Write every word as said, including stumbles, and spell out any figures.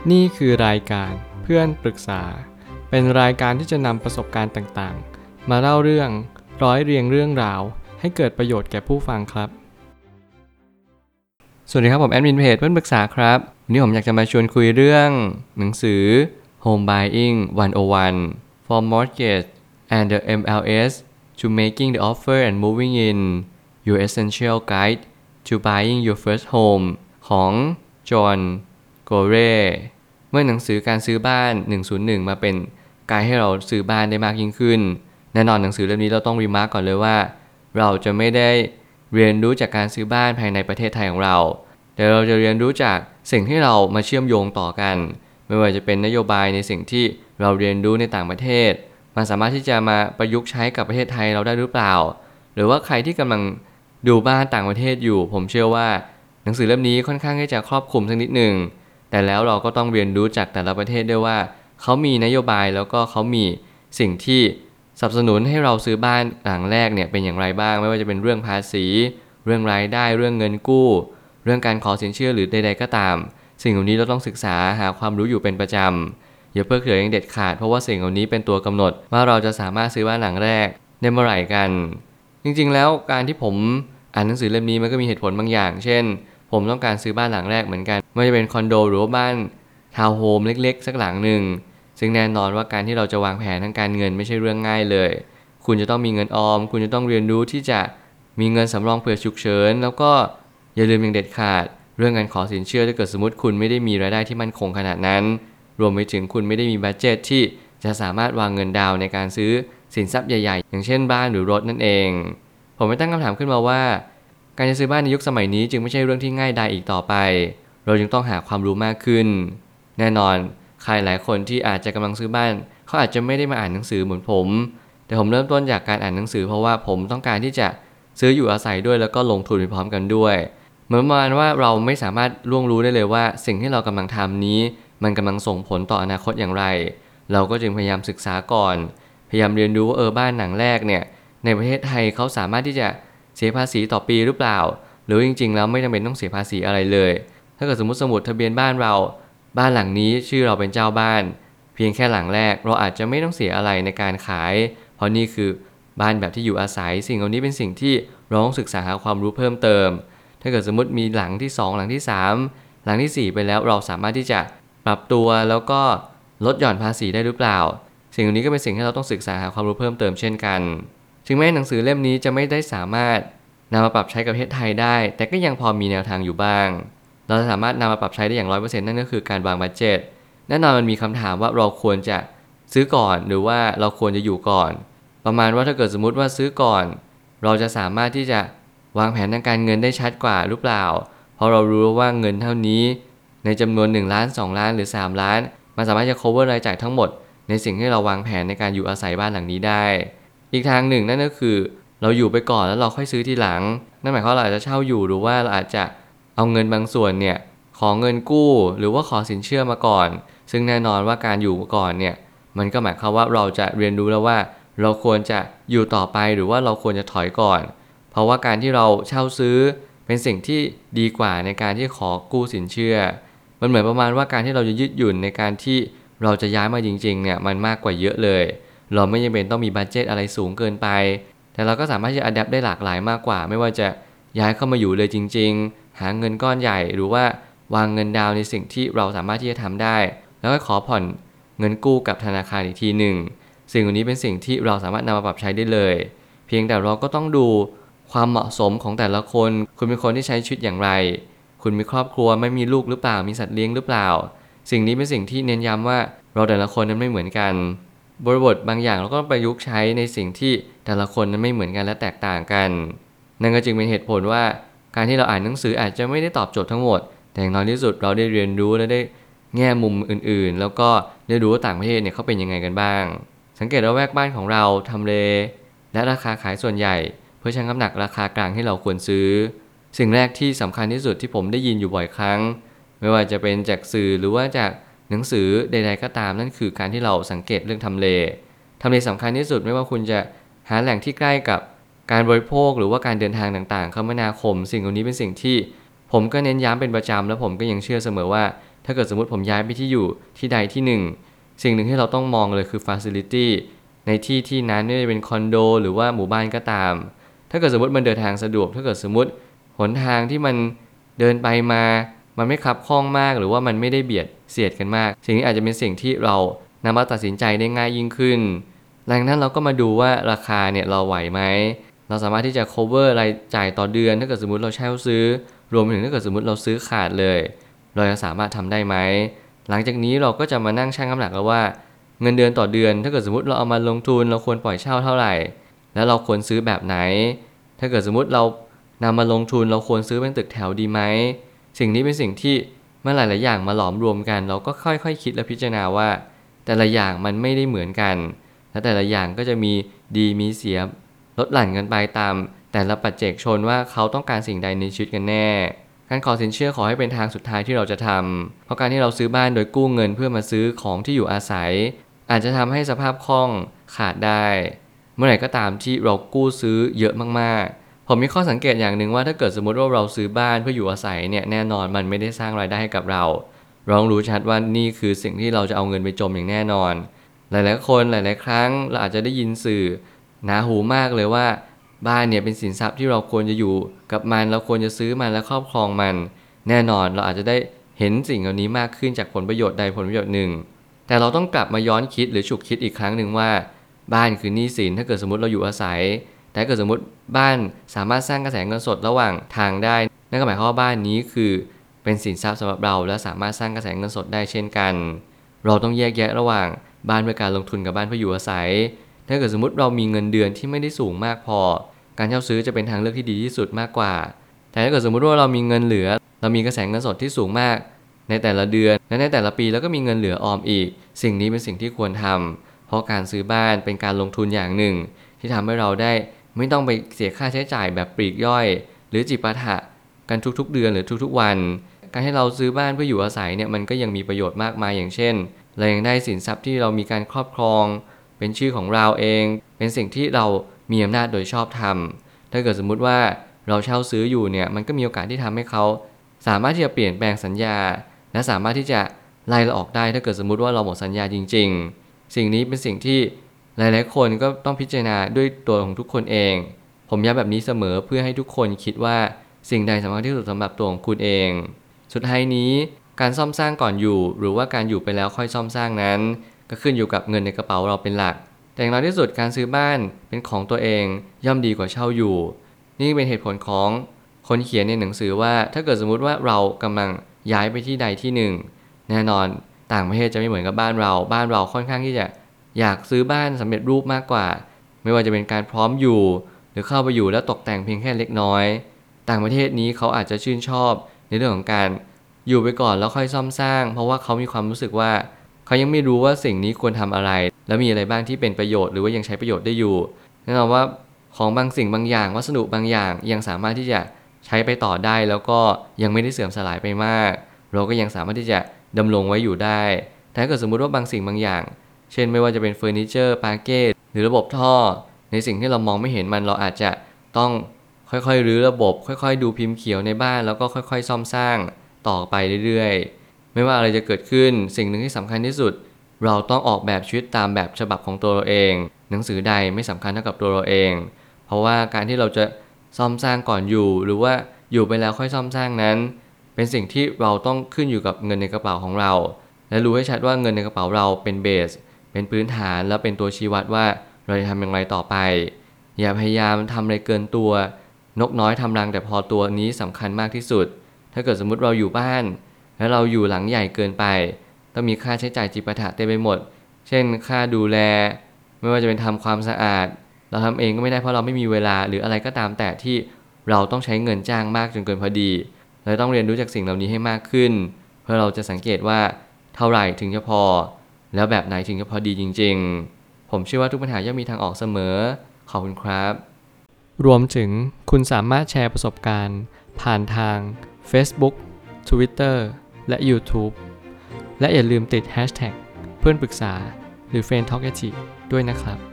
นี่คือรายการเพื่อนปรึกษาเป็นรายการที่จะนำประสบการณ์ต่างๆมาเล่าเรื่องร้อยเรียงเรื่องราวให้เกิดประโยชน์แก่ผู้ฟังครับสวัสดีครับผมแอดมินเพจเพื่อนปรึกษาครับวันนี้ผมอยากจะมาชวนคุยเรื่องหนังสือ Home Buyingหนึ่งศูนย์หนึ่ง From Mortgage and the เอ็ม แอล เอส to Making the Offer and Moving In Your Essential Guide to Buying Your First Home ของจอห์นโกเร่เมื่อหนังสือการซื้อบ้านหนึ่งศูนย์หนึ่งมาเป็นไกด์ให้เราซื้อบ้านได้มากยิ่งขึ้นแน่นอนหนังสือเล่มนี้เราต้องรีมาร์กก่อนเลยว่าเราจะไม่ได้เรียนรู้จากการซื้อบ้านภายในประเทศไทยของเราแต่เราจะเรียนรู้จากสิ่งที่เรามาเชื่อมโยงต่อกันไม่ว่าจะเป็นนโยบายในสิ่งที่เราเรียนรู้ในต่างประเทศมันสามารถที่จะมาประยุกต์ใช้กับประเทศไทยเราได้หรือเปล่าหรือว่าใครที่กำลังดูบ้านต่างประเทศอยู่ผมเชื่อว่าหนังสือเล่มนี้ค่อนข้างที่จะครอบคลุมสักนิดหนึ่งแต่แล้วเราก็ต้องเรียนรู้จากแต่ละประเทศด้วยว่าเขามีนโยบายแล้วก็เขามีสิ่งที่สนับสนุนให้เราซื้อบ้านหลังแรกเนี่ยเป็นอย่างไรบ้างไม่ว่าจะเป็นเรื่องภาษีเรื่องรายได้เรื่องเงินกู้เรื่องการขอสินเชื่อหรือใดๆก็ตามสิ่งเหล่านี้เราต้องศึกษาหาความรู้อยู่เป็นประจำอย่าเพิกเฉยอย่างเด็ดขาดเพราะว่าสิ่งเหล่านี้เป็นตัวกำหนดว่าเราจะสามารถซื้อบ้านหลังแรกได้เมื่อไหร่กันจริงๆแล้วการที่ผมอ่านหนังสือเล่มนี้มันก็มีเหตุผลบางอย่างเช่นผมต้องการซื้อบ้านหลังแรกเหมือนกันไม่ว่าจะเป็นคอนโดหรือว่าบ้านทาวน์โฮมเล็กๆสักหลังหนึ่งซึ่งแน่นอนว่าการที่เราจะวางแผนทางการเงินไม่ใช่เรื่องง่ายเลยคุณจะต้องมีเงินออมคุณจะต้องเรียนรู้ที่จะมีเงินสำรองเผื่อฉุกเฉินแล้วก็อย่าลืมอย่างเด็ดขาดเรื่องการขอสินเชื่อถ้าเกิดสมมติคุณไม่ได้มีรายได้ที่มั่นคงขนาดนั้นรวมไปถึงคุณไม่ได้มีบัดเจ็ตที่จะสามารถวางเงินดาวน์ในการซื้อสินทรัพย์ใหญ่ๆอย่างเช่นบ้านหรือรถนั่นเองผมไม่ตั้งคำถามขึ้นมาว่าการจะซื้อบ้านในยุคสมัยนี้จึงไม่ใช่เรื่องที่ง่ายดายอีกต่อไปเราจึงต้องหาความรู้มากขึ้นแน่นอนใครหลายคนที่อาจจะกำลังซื้อบ้านเขาอาจจะไม่ได้มาอ่านหนังสือเหมือนผมแต่ผมเริ่มต้นจากการอ่านหนังสือเพราะว่าผมต้องการที่จะซื้ออยู่อาศัยด้วยแล้วก็ลงทุนไปพร้อมกันด้วยเหมือนประมาณว่าเราไม่สามารถล่วงรู้ได้เลยว่าสิ่งที่เรากำลังทำนี้มันกำลังส่งผลต่ออนาคตอย่างไรเราก็จึงพยายามศึกษาก่อนพยายามเรียนรู้ว่าเออบ้านหลังแรกเนี่ยในประเทศไทยเขาสามารถที่จะเสียภาษีต่อปีหรือเปล่าหรือจริงๆแล้วไม่จำเป็นต้องเสียภาษีอะไรเลยถ้าเกิดสมมติสมุดทะเบียนบ้านเราบ้านหลังนี้ชื่อเราเป็นเจ้าบ้านเพียงแค่หลังแรกเราอาจจะไม่ต้องเสียอะไรในการขายเพราะนี่คือบ้านแบบที่อยู่อาศัยสิ่งเหล่านี้เป็นสิ่งที่เราต้องศึกษาหาความรู้เพิ่มเติมถ้าเกิดสมมติมีหลังที่สองหลังที่สามหลังที่สี่ไปแล้วเราสามารถที่จะปรับตัวแล้วก็ลดหย่อนภาษีได้หรือเปล่าสิ่งเหล่านี้ก็เป็นสิ่งที่เราต้องศึกษาหาความรู้เพิ่มเติมเช่นกันถึงแม้หนังสือเล่มนี้จะไม่ได้สามารถนำมาปรับใช้กับประเทศไทยได้แต่ก็ยังพอมีแนวทางอยู่บ้างเราสามารถนำมาปรับใช้ได้อย่าง ร้อยเปอร์เซ็นต์ นั่นก็คือการวางบัดเจ็ตแน่นอนมันมีคำถามว่าเราควรจะซื้อก่อนหรือว่าเราควรจะอยู่ก่อนประมาณว่าถ้าเกิดสมมุติว่าซื้อก่อนเราจะสามารถที่จะวางแผนทางการเงินได้ชัดกว่าหรือเปล่าเพราะเรารู้ว่าเงินเท่านี้ในจำนวนหนึ่งล้านสองล้านหรือสามล้านมันสามารถจะ cover รายจ่ายทั้งหมดในสิ่งที่เราวางแผนในการอยู่อาศัยบ้านหลังนี้ได้อีกทางหนึ่งนั่นก็คือเราอยู่ไปก่อนแล้วเราค่อยซื้อทีหลังนั่นหมายความว่าเราอาจจะเช่าอยู่หรือว่าเราอาจจะเอาเงินบางส่วนเนี่ยขอเงินกู้หรือว่าขอสินเชื่อมาก่อนซึ่งแน่นอนว่าการอยู่ก่อนเนี่ยมันก็หมายความว่าเราจะเรียนรู้แล้วว่าเราควรจะอยู่ต่อไปหรือว่าเราควรจะถอยก่อนเพราะว่าการที่เราเช่าซื้อเป็นสิ่งที่ดีกว่าในการที่ขอกู้สินเชื่อมันเหมือนประมาณว่าการที่เราจะยืดหยุ่นในการที่เราจะย้ายมาจริงๆเนี่ยมันมากกว่าเยอะเลยเราไม่จำเป็นต้องมีบัดเจ็ตอะไรสูงเกินไปแต่เราก็สามารถที่จะอัดแอปได้หลากหลายมากกว่าไม่ว่าจะย้ายเข้ามาอยู่เลยจริงๆหาเงินก้อนใหญ่หรือว่าวางเงินดาวในสิ่งที่เราสามารถที่จะทำได้แล้วก็ขอผ่อนเงินกู้กับธนาคารอีกทีหนึ่งสิ่งเหล่านี้เป็นสิ่งที่เราสามารถนำมาปรับใช้ได้เลยเพียงแต่เราก็ต้องดูความเหมาะสมของแต่ละคนคุณเป็นคนที่ใช้ชีวิตอย่างไรคุณมีครอบครัวไม่มีลูกหรือเปล่ามีสัตว์เลี้ยงหรือเปล่าสิ่งนี้เป็นสิ่งที่เน้นย้ำว่าเราแต่ละคนนั้นไม่เหมือนกันบริบทบางอย่างเราก็ประยุกต์ใช้ในสิ่งที่แต่ละคนนั้นไม่เหมือนกันและแตกต่างกันนั่นก็จึงเป็นเหตุผลว่าการที่เราอ่านหนังสืออาจจะไม่ได้ตอบโจทย์ทั้งหมดแต่อย่างน้อยที่สุดเราได้เรียนรู้และได้แง่มุมอื่นๆแล้วก็ได้รู้ว่าต่างประเทศเนี่ยเขาเป็นยังไงกันบ้างสังเกตว่าแวกบ้านของเราทำเลและราคาขายส่วนใหญ่เพื่อชั่งน้ำหนักราคากลางที่เราควรซื้อสิ่งแรกที่สำคัญที่สุดที่ผมได้ยินอยู่บ่อยครั้งไม่ว่าจะเป็นจากสื่อหรือว่าจากหนังสือใดๆก็ตามนั่นคือการที่เราสังเกตเรื่องทำเลทำเลสำคัญที่สุดไม่ว่าคุณจะหาแหล่งที่ใกล้กับการบริโภคหรือว่าการเดินทางต่างๆคมนาคมสิ่งเหล่านี้เป็นสิ่งที่ผมก็เน้นย้ำเป็นประจำและผมก็ยังเชื่อเสมอว่าถ้าเกิดสมมติผมย้ายไปที่อยู่ที่ใดที่หนึ่งสิ่งหนึ่งที่เราต้องมองเลยคือ facility ในที่ที่นั้นไม่ว่าจะเป็นคอนโดหรือว่าหมู่บ้านก็ตามถ้าเกิดสมมติมันเดินทางสะดวกถ้าเกิดสมมติหนทางที่มันเดินไปมามันไม่คับข้องมากหรือว่ามันไม่ได้เบียดเสียดกันมากสิ่งนี้อาจจะเป็นสิ่งที่เรานำมาตัดสินใจได้ง่ายยิ่งขึ้นดังนั้นเราก็มาดูว่าราคาเนี่ยเราไหวไหมเราสามารถที่จะ cover รายจ่ายต่อเดือนถ้าเกิดสมมติเราเช่าซื้อรวมถึงถ้าเกิดสมมติเราซื้อขาดเลยเราจะสามารถทำได้ไหมหลังจากนี้เราก็จะมานั่งชั่งน้ำหนักแล้วว่าเงินเดือนต่อเดือนถ้าเกิดสมมติเราเอามาลงทุนเราควรปล่อยเช่าเท่าไหร่แล้วเราควรซื้อแบบไหนถ้าเกิดสมมติเรานำมาลงทุนเราควรซื้อเป็นตึกแถวดีไหมสิ่งนี้เป็นสิ่งที่เมื่อหลายๆอย่างมาหลอมรวมกันเราก็ค่อยๆ ค, คิดและพิจารณาว่าแต่ละอย่างมันไม่ได้เหมือนกันและแต่ละอย่างก็จะมีดีมีเสียลดหลั่นกันไปตามแต่ละปัจเจกชนว่าเขาต้องการสิ่งใดในชีวิตกันแน่การขอสินเชื่อขอให้เป็นทางสุดท้ายที่เราจะทำเพราะการที่เราซื้อบ้านโดยกู้เงินเพื่อมาซื้อของที่อยู่อาศัยอาจจะทำให้สภาพคล่องขาดได้เมื่อไหร่ก็ตามที่เรากู้ซื้อเยอะมากๆผมมีข้อสังเกตอย่างหนึ่งว่าถ้าเกิดสมมติว่าเราซื้อบ้านเพื่ออยู่อาศัยเนี่ยแน่นอนมันไม่ได้สร้างรายได้ให้กับเราเรารู้ชัดว่านี่คือสิ่งที่เราจะเอาเงินไปจมอย่างแน่นอนหลายๆคนหลายๆครั้งเราอาจจะได้ยินสื่อหนาหูมากเลยว่าบ้านเนี่ยเป็นสินทรัพย์ที่เราควรจะอยู่กับมันเราควรจะซื้อมันและครอบครองมันแน่นอนเราอาจจะได้เห็นสิ่งเหล่านี้มากขึ้นจากผลประโยชน์ใดผลประโยชน์หนึ่งแต่เราต้องกลับมาย้อนคิดหรือฉุกคิดอีกครั้งหนึ่งว่าบ้านคือหนี้สินถ้าเกิดสมมติเราอยู่อาศัยแต่ถ้าเกิดสมมติบ้านสามารถสร้างกระแสเงินสดระหว่างทางได้นั่นก็หมายความว่าบ้านนี้คือเป็นสินทรัพย์สำหรับเราและสามารถสร้างกระแสเงินสดได้เช่นกันเราต้องแยกแยะระหว่างบ้านเพื่อการลงทุนกับบ้านเพื่ออยู่อาศัยถ้าเกิดสมมติเรามีเงินเดือนที่ไม่ได้สูงมากพอการเช่าซื้อจะเป็นทางเลือกที่ดีที่สุดมากกว่าแต่ถ้าเกิดสมมติว่าเรามีเงินเหลือเรามีกระแสเงินสดที่สูงมากในแต่ละเดือนและในแต่ละปีแล้วก็มีเงินเหลือออมอีกสิ่งนี้เป็นสิ่งที่ควรทำเพราะการซื้อบ้านเป็นการลงทุนอย่างหนึ่งที่ทำให้เราได้ไม่ต้องไปเสียค่าใช้จ่ายแบบปลีกย่อยหรือจิปาถะกันทุกๆเดือนหรือทุกๆวันการให้เราซื้อบ้านเพื่ออยู่อาศัยเนี่ยมันก็ยังมีประโยชน์มากมายอย่างเช่นเรายังได้สินทรัพย์ที่เรามีการครอบครองเป็นชื่อของเราเองเป็นสิ่งที่เรามีอำนาจโดยชอบธรรมถ้าเกิดสมมุติว่าเราเช่าซื้ออยู่เนี่ยมันก็มีโอกาสที่ทำให้เขาสามารถที่จะเปลี่ยนแปลงสัญญาและสามารถที่จะไล่เราออกได้ถ้าเกิดสมมุติว่าเราหมดสัญญาจริงๆสิ่งนี้เป็นสิ่งที่หลายๆคนก็ต้องพิจารณาด้วยตัวของทุกคนเองผมย้ำแบบนี้เสมอเพื่อให้ทุกคนคิดว่าสิ่งใดสำคัญที่สุดสำหรับตัวของคุณเองสุดท้ายนี้การซ่อมสร้างก่อนอยู่หรือว่าการอยู่ไปแล้วค่อยซ่อมสร้างนั้นก็ขึ้นอยู่กับเงินในกระเป๋าเราเป็นหลักแต่อย่างน้อยที่สุดการซื้อบ้านเป็นของตัวเองย่อมดีกว่าเช่าอยู่นี่เป็นเหตุผลของคนเขียนในหนังสือว่าถ้าเกิดสมมุติว่าเรากำลังย้ายไปที่ใดที่หนึ่งแน่นอนต่างประเทศจะไม่เหมือนกับบ้านเราบ้านเราค่อนข้างที่จะอยากซื้อบ้านสำเร็จรูปมากกว่าไม่ว่าจะเป็นการพร้อมอยู่หรือเข้าไปอยู่แล้วตกแต่งเพียงแค่เล็กน้อยต่างประเทศนี้เขาอาจจะชื่นชอบในเรื่องของการอยู่ไปก่อนแล้วค่อยซ่อมสร้างเพราะว่าเขามีความรู้สึกว่าเขายังไม่รู้ว่าสิ่งนี้ควรทำอะไรแล้วมีอะไรบ้างที่เป็นประโยชน์หรือว่ายังใช้ประโยชน์ได้อยู่แน่นอนว่าของบางสิ่งบางอย่างวัสดุบางอย่างยังสามารถที่จะใช้ไปต่อได้แล้วก็ยังไม่ได้เสื่อมสลายไปมากเราก็ยังสามารถที่จะดำรงไว้อยู่ได้แต่ถ้าเกิดสมมุติว่าบางสิ่งบางอย่างเช่นไม่ว่าจะเป็นเฟอร์นิเจอร์ปาเก้หรือระบบท่อในสิ่งที่เรามองไม่เห็นมันเราอาจจะต้องค่อยๆรื้อระบบค่อยๆดูพิมพ์เขียวในบ้านแล้วก็ค่อยๆซ่อมสร้างต่อไปเรื่อยๆไม่ว่าอะไรจะเกิดขึ้นสิ่งหนึ่งที่สำคัญที่สุดเราต้องออกแบบชีวิตตามแบบฉบับของตัวเราเองหนังสือใดไม่สำคัญเท่ากับตัวเราเองเพราะว่าการที่เราจะซ่อมสร้างก่อนอยู่หรือว่าอยู่ไปแล้วค่อยซ่อมสร้างนั้นเป็นสิ่งที่เราต้องขึ้นอยู่กับเงินในกระเป๋าของเราและรู้ให้ชัดว่าเงินในกระเป๋าเราเป็นเบสเป็นพื้นฐานและเป็นตัวชี้วัดว่าเราจะทำอย่างไรต่อไปอย่าพยายามทำอะไรเกินตัวนกน้อยทำรังแต่พอตัวนี้สำคัญมากที่สุดถ้าเกิดสมมุติเราอยู่บ้านแล้วเราอยู่หลังใหญ่เกินไปต้องมีค่าใช้จ่ายจิปาถะเต็มไปหมดเช่นค่าดูแลไม่ว่าจะเป็นทำความสะอาดเราทำเองก็ไม่ได้เพราะเราไม่มีเวลาหรืออะไรก็ตามแต่ที่เราต้องใช้เงินจ้างมากจนเกินพอดีเราต้องเรียนรู้จากสิ่งเหล่านี้ให้มากขึ้นเพื่อเราจะสังเกตว่าเท่าไหร่ถึงจะพอแล้วแบบไหนถึงจะพอดีจริงๆผมเชื่อว่าทุกปัญหาย่อมมีทางออกเสมอขอบคุณครับรวมถึงคุณสามารถแชร์ประสบการณ์ผ่านทาง Facebook Twitter และ YouTube และอย่าลืมติด แฮชแท็ก เพื่อนปรึกษาหรือ เฟรนด์ ทอล์ก ด้วยนะครับ